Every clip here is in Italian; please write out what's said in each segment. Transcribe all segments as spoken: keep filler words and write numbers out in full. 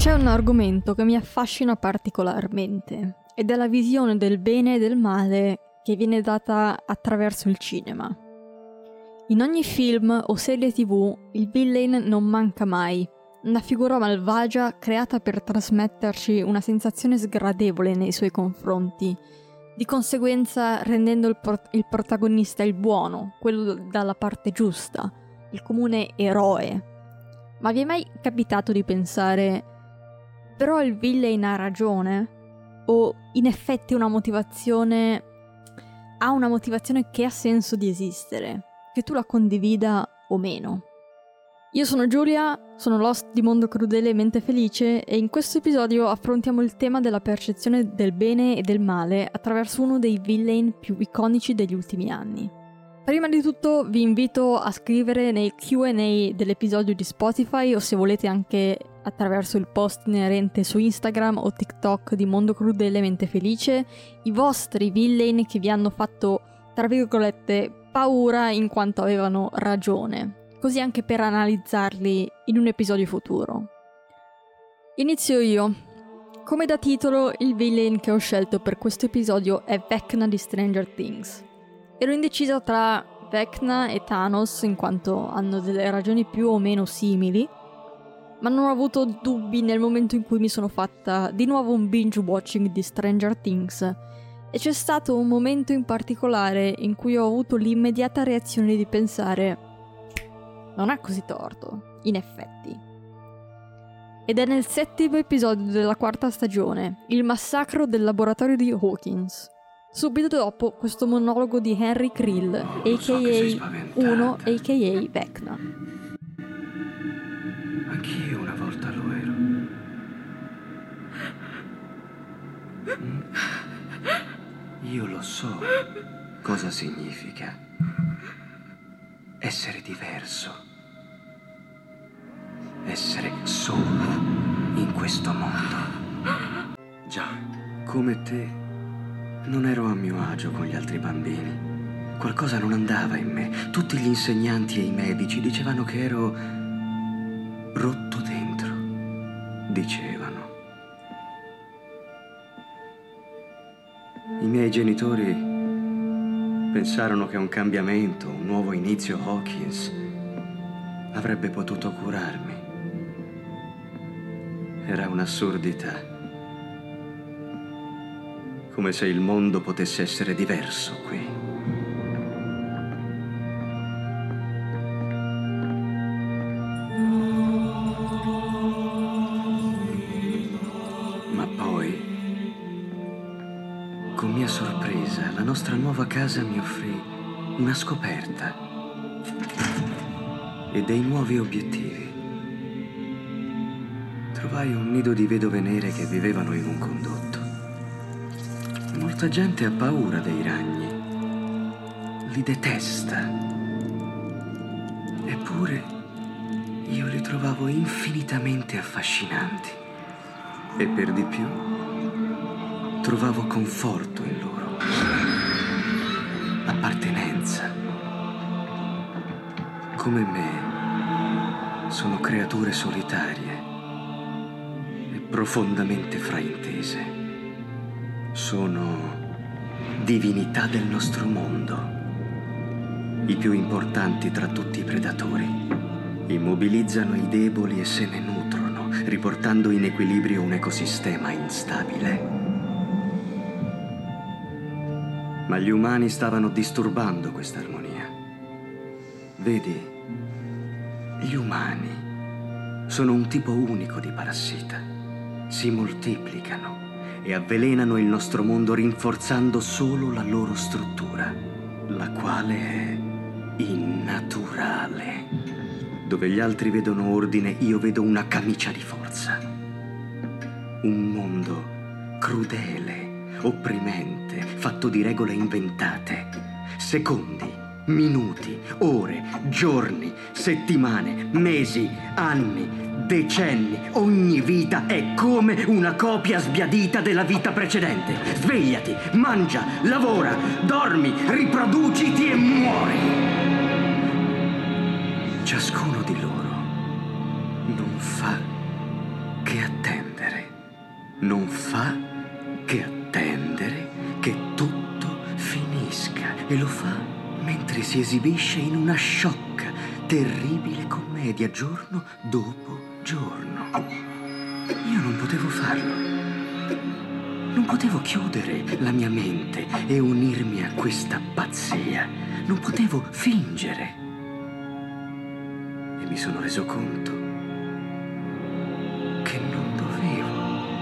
C'è un argomento che mi affascina particolarmente ed è la visione del bene e del male che viene data attraverso il cinema. In ogni film o serie tv il villain non manca mai, una figura malvagia creata per trasmetterci una sensazione sgradevole nei suoi confronti, di conseguenza rendendo il, pro- il protagonista il buono, quello dalla parte giusta, il comune eroe. Ma vi è mai capitato di pensare: però il villain ha ragione? O in effetti una motivazione ha una motivazione che ha senso di esistere, che tu la condivida o meno? Io sono Giulia, sono l'host di Mondo Crudele e Mente Felice e in questo episodio affrontiamo il tema della percezione del bene e del male attraverso uno dei villain più iconici degli ultimi anni. Prima di tutto vi invito a scrivere nel Q and A dell'episodio di Spotify o se volete anche attraverso il post inerente su Instagram o TikTok di Mondo Crudele e Mente Felice i vostri villain che vi hanno fatto, tra virgolette, paura in quanto avevano ragione, così anche per analizzarli in un episodio futuro. Inizio io. Come da titolo, il villain che ho scelto per questo episodio è Vecna di Stranger Things. Ero indecisa tra Vecna e Thanos in quanto hanno delle ragioni più o meno simili, ma non ho avuto dubbi nel momento in cui mi sono fatta di nuovo un binge watching di Stranger Things e c'è stato un momento in particolare in cui ho avuto l'immediata reazione di pensare: non ha così torto, in effetti. Ed è nel settimo episodio della quarta stagione, il massacro del laboratorio di Hawkins. Subito dopo questo monologo di Henry Krill, oh, a k a. So uno, a k a. Vecna. Anch'io una volta lo ero. Mm? Io lo so cosa significa essere diverso. Essere solo in questo mondo. Già, come te, non ero a mio agio con gli altri bambini. Qualcosa non andava in me. Tutti gli insegnanti e i medici dicevano che ero rotto dentro. Dicevano. I miei genitori pensarono che un cambiamento, un nuovo inizio Hawkins avrebbe potuto curarmi. Era un'assurdità. Come se il mondo potesse essere diverso qui. Ma poi, con mia sorpresa, la nostra nuova casa mi offrì una scoperta e dei nuovi obiettivi. Trovai un nido di vedove nere che vivevano in un condotto. Molta gente ha paura dei ragni, li detesta. Eppure io li trovavo infinitamente affascinanti. E per di più, trovavo conforto in loro, appartenenza. Come me, sono creature solitarie e profondamente fraintese. Sono divinità del nostro mondo, i più importanti tra tutti i predatori. Immobilizzano i deboli e se ne nutrono, riportando in equilibrio un ecosistema instabile. Ma gli umani stavano disturbando questa armonia. Vedi, gli umani sono un tipo unico di parassita. Si moltiplicano e avvelenano il nostro mondo rinforzando solo la loro struttura, la quale è innaturale. Dove gli altri vedono ordine, io vedo una camicia di forza. Un mondo crudele, opprimente, fatto di regole inventate. Secondi, minuti, ore, giorni, settimane, mesi, anni, decenni, ogni vita è come una copia sbiadita della vita precedente. Svegliati, mangia, lavora, dormi, riproduciti e muori. Ciascuno di loro non fa che attendere, non fa che attendere che tutto finisca e lo fa mentre si esibisce in una sciocca, terribile commedia giorno dopo giorno. Io non potevo farlo. Non potevo chiudere la mia mente e unirmi a questa pazzia. Non potevo fingere. E mi sono reso conto che non dovevo.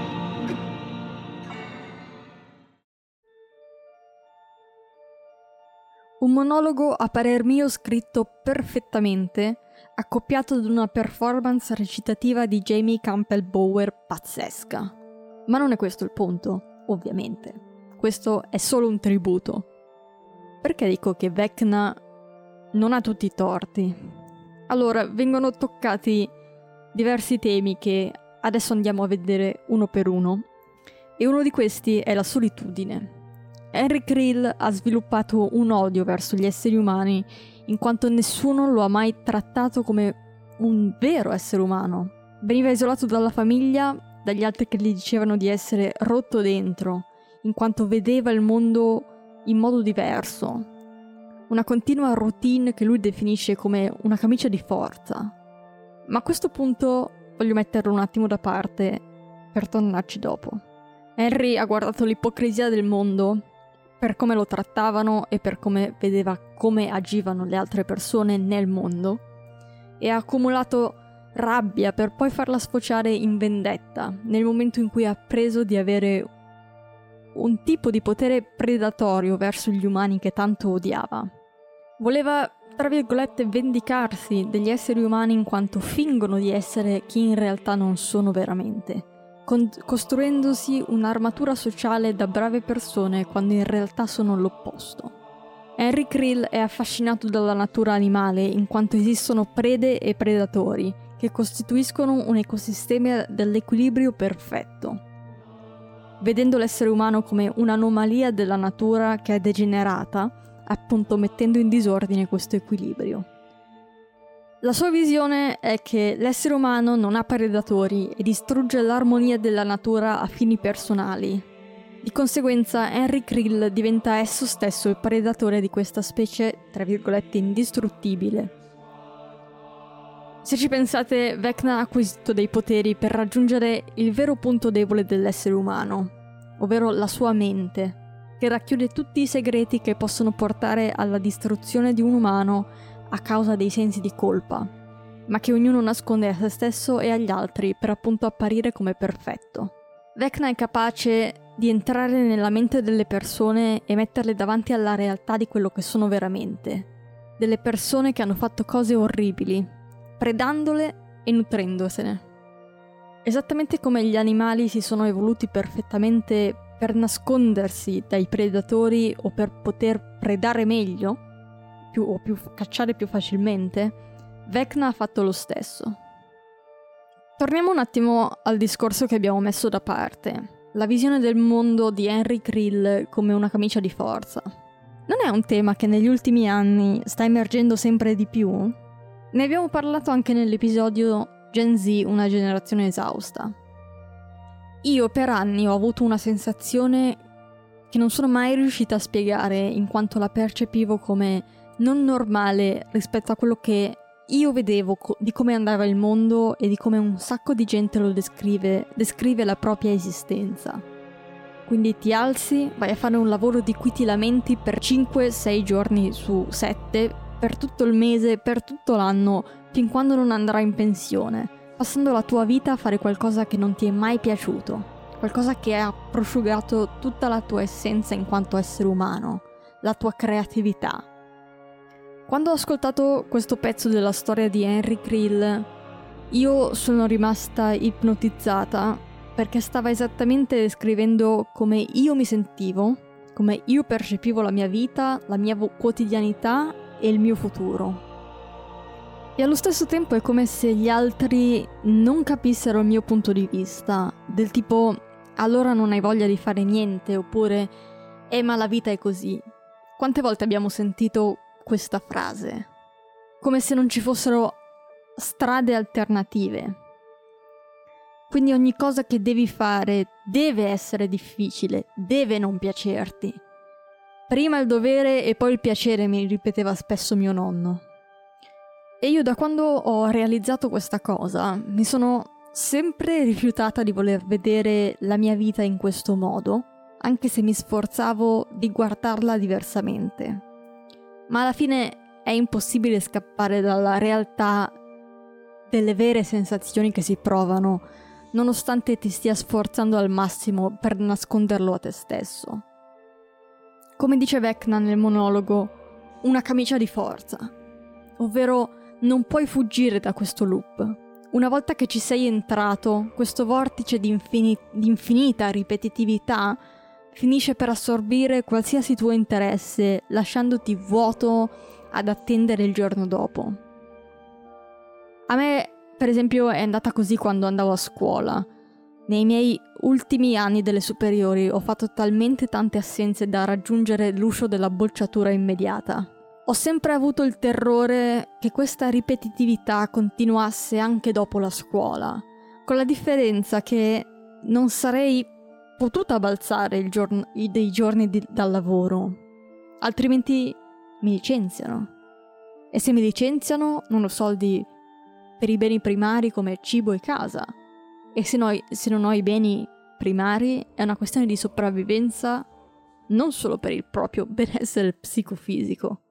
Un monologo a parer mio scritto perfettamente, accoppiato ad una performance recitativa di Jamie Campbell Bower pazzesca. Ma non è questo il punto, ovviamente. Questo è solo un tributo. Perché dico che Vecna non ha tutti i torti? Allora, vengono toccati diversi temi che adesso andiamo a vedere uno per uno, e uno di questi è la solitudine. Henry Creel ha sviluppato un odio verso gli esseri umani in quanto nessuno lo ha mai trattato come un vero essere umano. Veniva isolato dalla famiglia, dagli altri che gli dicevano di essere rotto dentro, in quanto vedeva il mondo in modo diverso. Una continua routine che lui definisce come una camicia di forza. Ma a questo punto voglio metterlo un attimo da parte per tornarci dopo. Henry ha guardato l'ipocrisia del mondo per come lo trattavano e per come vedeva come agivano le altre persone nel mondo, e ha accumulato rabbia per poi farla sfociare in vendetta nel momento in cui ha appreso di avere un tipo di potere predatorio verso gli umani che tanto odiava. Voleva, tra virgolette, vendicarsi degli esseri umani in quanto fingono di essere chi in realtà non sono veramente, con- costruendosi un'armatura sociale da brave persone quando in realtà sono l'opposto. Henry Creel è affascinato dalla natura animale in quanto esistono prede e predatori che costituiscono un ecosistema dell'equilibrio perfetto. Vedendo l'essere umano come un'anomalia della natura che è degenerata, appunto mettendo in disordine questo equilibrio. La sua visione è che l'essere umano non ha predatori e distrugge l'armonia della natura a fini personali. Di conseguenza Henry Creel diventa esso stesso il predatore di questa specie, tra virgolette, indistruttibile. Se ci pensate, Vecna ha acquisito dei poteri per raggiungere il vero punto debole dell'essere umano, ovvero la sua mente, che racchiude tutti i segreti che possono portare alla distruzione di un umano a causa dei sensi di colpa, ma che ognuno nasconde a se stesso e agli altri per appunto apparire come perfetto. Vecna è capace di entrare nella mente delle persone e metterle davanti alla realtà di quello che sono veramente, delle persone che hanno fatto cose orribili, predandole e nutrendosene. Esattamente come gli animali si sono evoluti perfettamente per nascondersi dai predatori o per poter predare meglio, più, o più cacciare più facilmente, Vecna ha fatto lo stesso. Torniamo un attimo al discorso che abbiamo messo da parte, la visione del mondo di Henry Creel come una camicia di forza. Non è un tema che negli ultimi anni sta emergendo sempre di più? Ne abbiamo parlato anche nell'episodio Gen Z, una generazione esausta. Io per anni ho avuto una sensazione che non sono mai riuscita a spiegare in quanto la percepivo come non normale rispetto a quello che io vedevo co- di come andava il mondo e di come un sacco di gente lo descrive, descrive la propria esistenza. Quindi ti alzi, vai a fare un lavoro di cui ti lamenti per cinque sei giorni su sette, per tutto il mese, per tutto l'anno, fin quando non andrai in pensione, passando la tua vita a fare qualcosa che non ti è mai piaciuto, qualcosa che ha prosciugato tutta la tua essenza in quanto essere umano, la tua creatività. Quando ho ascoltato questo pezzo della storia di Henry Creel, io sono rimasta ipnotizzata perché stava esattamente descrivendo come io mi sentivo, come io percepivo la mia vita, la mia vo- quotidianità e il mio futuro. E allo stesso tempo è come se gli altri non capissero il mio punto di vista, del tipo allora non hai voglia di fare niente, oppure eh ma la vita è così. Quante volte abbiamo sentito questa frase? Come se non ci fossero strade alternative. Quindi ogni cosa che devi fare deve essere difficile, deve non piacerti. Prima il dovere e poi il piacere, mi ripeteva spesso mio nonno. E io da quando ho realizzato questa cosa mi sono sempre rifiutata di voler vedere la mia vita in questo modo, anche se mi sforzavo di guardarla diversamente. Ma alla fine è impossibile scappare dalla realtà delle vere sensazioni che si provano, nonostante ti stia sforzando al massimo per nasconderlo a te stesso. Come dice Vecna nel monologo, una camicia di forza, ovvero non puoi fuggire da questo loop. Una volta che ci sei entrato, questo vortice di, infini- di infinita ripetitività finisce per assorbire qualsiasi tuo interesse, lasciandoti vuoto ad attendere il giorno dopo. A me, per esempio, è andata così quando andavo a scuola. Nei miei ultimi anni delle superiori ho fatto talmente tante assenze da raggiungere l'uscio della bocciatura immediata. Ho sempre avuto il terrore che questa ripetitività continuasse anche dopo la scuola, con la differenza che non sarei potuta balzare il giorno, i dei giorni di, dal lavoro, altrimenti mi licenziano. E se mi licenziano non ho soldi per i beni primari come cibo e casa. E se, noi, se non ho i beni primari è una questione di sopravvivenza non solo per il proprio benessere psicofisico.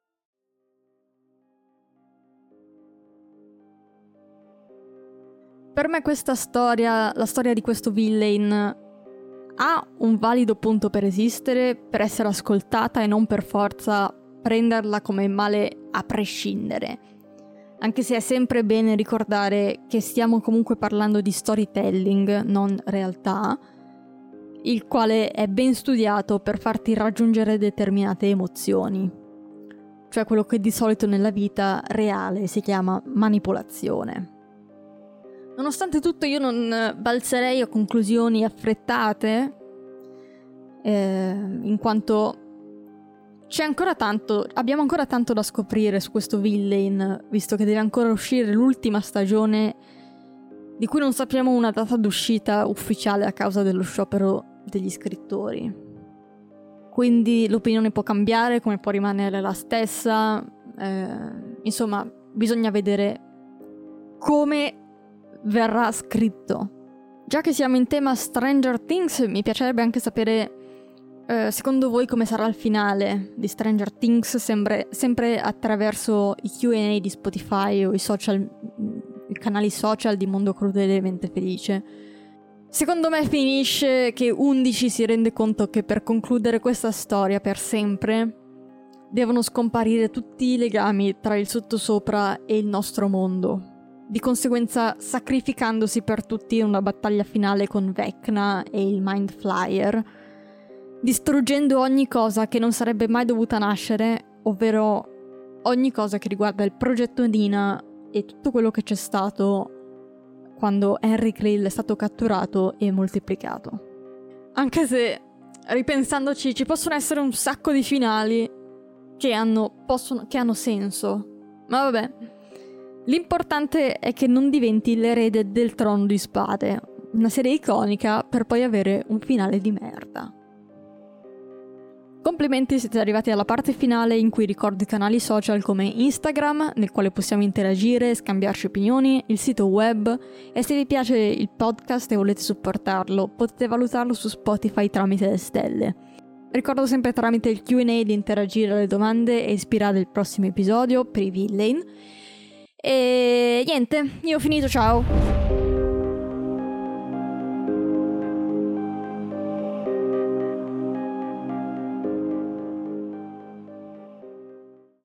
Per me questa storia, la storia di questo villain, ha un valido punto per esistere, per essere ascoltata e non per forza prenderla come male a prescindere. Anche se è sempre bene ricordare che stiamo comunque parlando di storytelling, non realtà, il quale è ben studiato per farti raggiungere determinate emozioni. Cioè quello che di solito nella vita reale si chiama manipolazione. Nonostante tutto io non balzerei a conclusioni affrettate, eh, in quanto c'è ancora tanto, abbiamo ancora tanto da scoprire su questo villain, visto che deve ancora uscire l'ultima stagione, di cui non sappiamo una data d'uscita ufficiale a causa dello sciopero degli scrittori. Quindi l'opinione può cambiare, come può rimanere la stessa, eh, insomma, bisogna vedere come verrà scritto. Già che siamo in tema Stranger Things, mi piacerebbe anche sapere eh, secondo voi come sarà il finale di Stranger Things, sempre, sempre attraverso i Q and A di Spotify o i social, i canali social di Mondo Crudele e Mente Felice. Secondo me finisce che undici si rende conto che per concludere questa storia per sempre devono scomparire tutti i legami tra il sottosopra e il nostro mondo. Di conseguenza sacrificandosi per tutti in una battaglia finale con Vecna e il Mind Flyer, distruggendo ogni cosa che non sarebbe mai dovuta nascere, ovvero ogni cosa che riguarda il progetto Nina e tutto quello che c'è stato quando Henry Krill è stato catturato e moltiplicato. Anche se, ripensandoci, ci possono essere un sacco di finali che hanno, possono, che hanno senso, ma vabbè. L'importante è che non diventi l'erede del Trono di Spade, una serie iconica per poi avere un finale di merda. Complimenti, siete arrivati alla parte finale in cui ricordo i canali social come Instagram, nel quale possiamo interagire, scambiarci opinioni, il sito web, e se vi piace il podcast e volete supportarlo, potete valutarlo su Spotify tramite le stelle. Ricordo sempre tramite il Q and A di interagire alle domande e ispirare il prossimo episodio per i villain. E niente, io ho finito, ciao!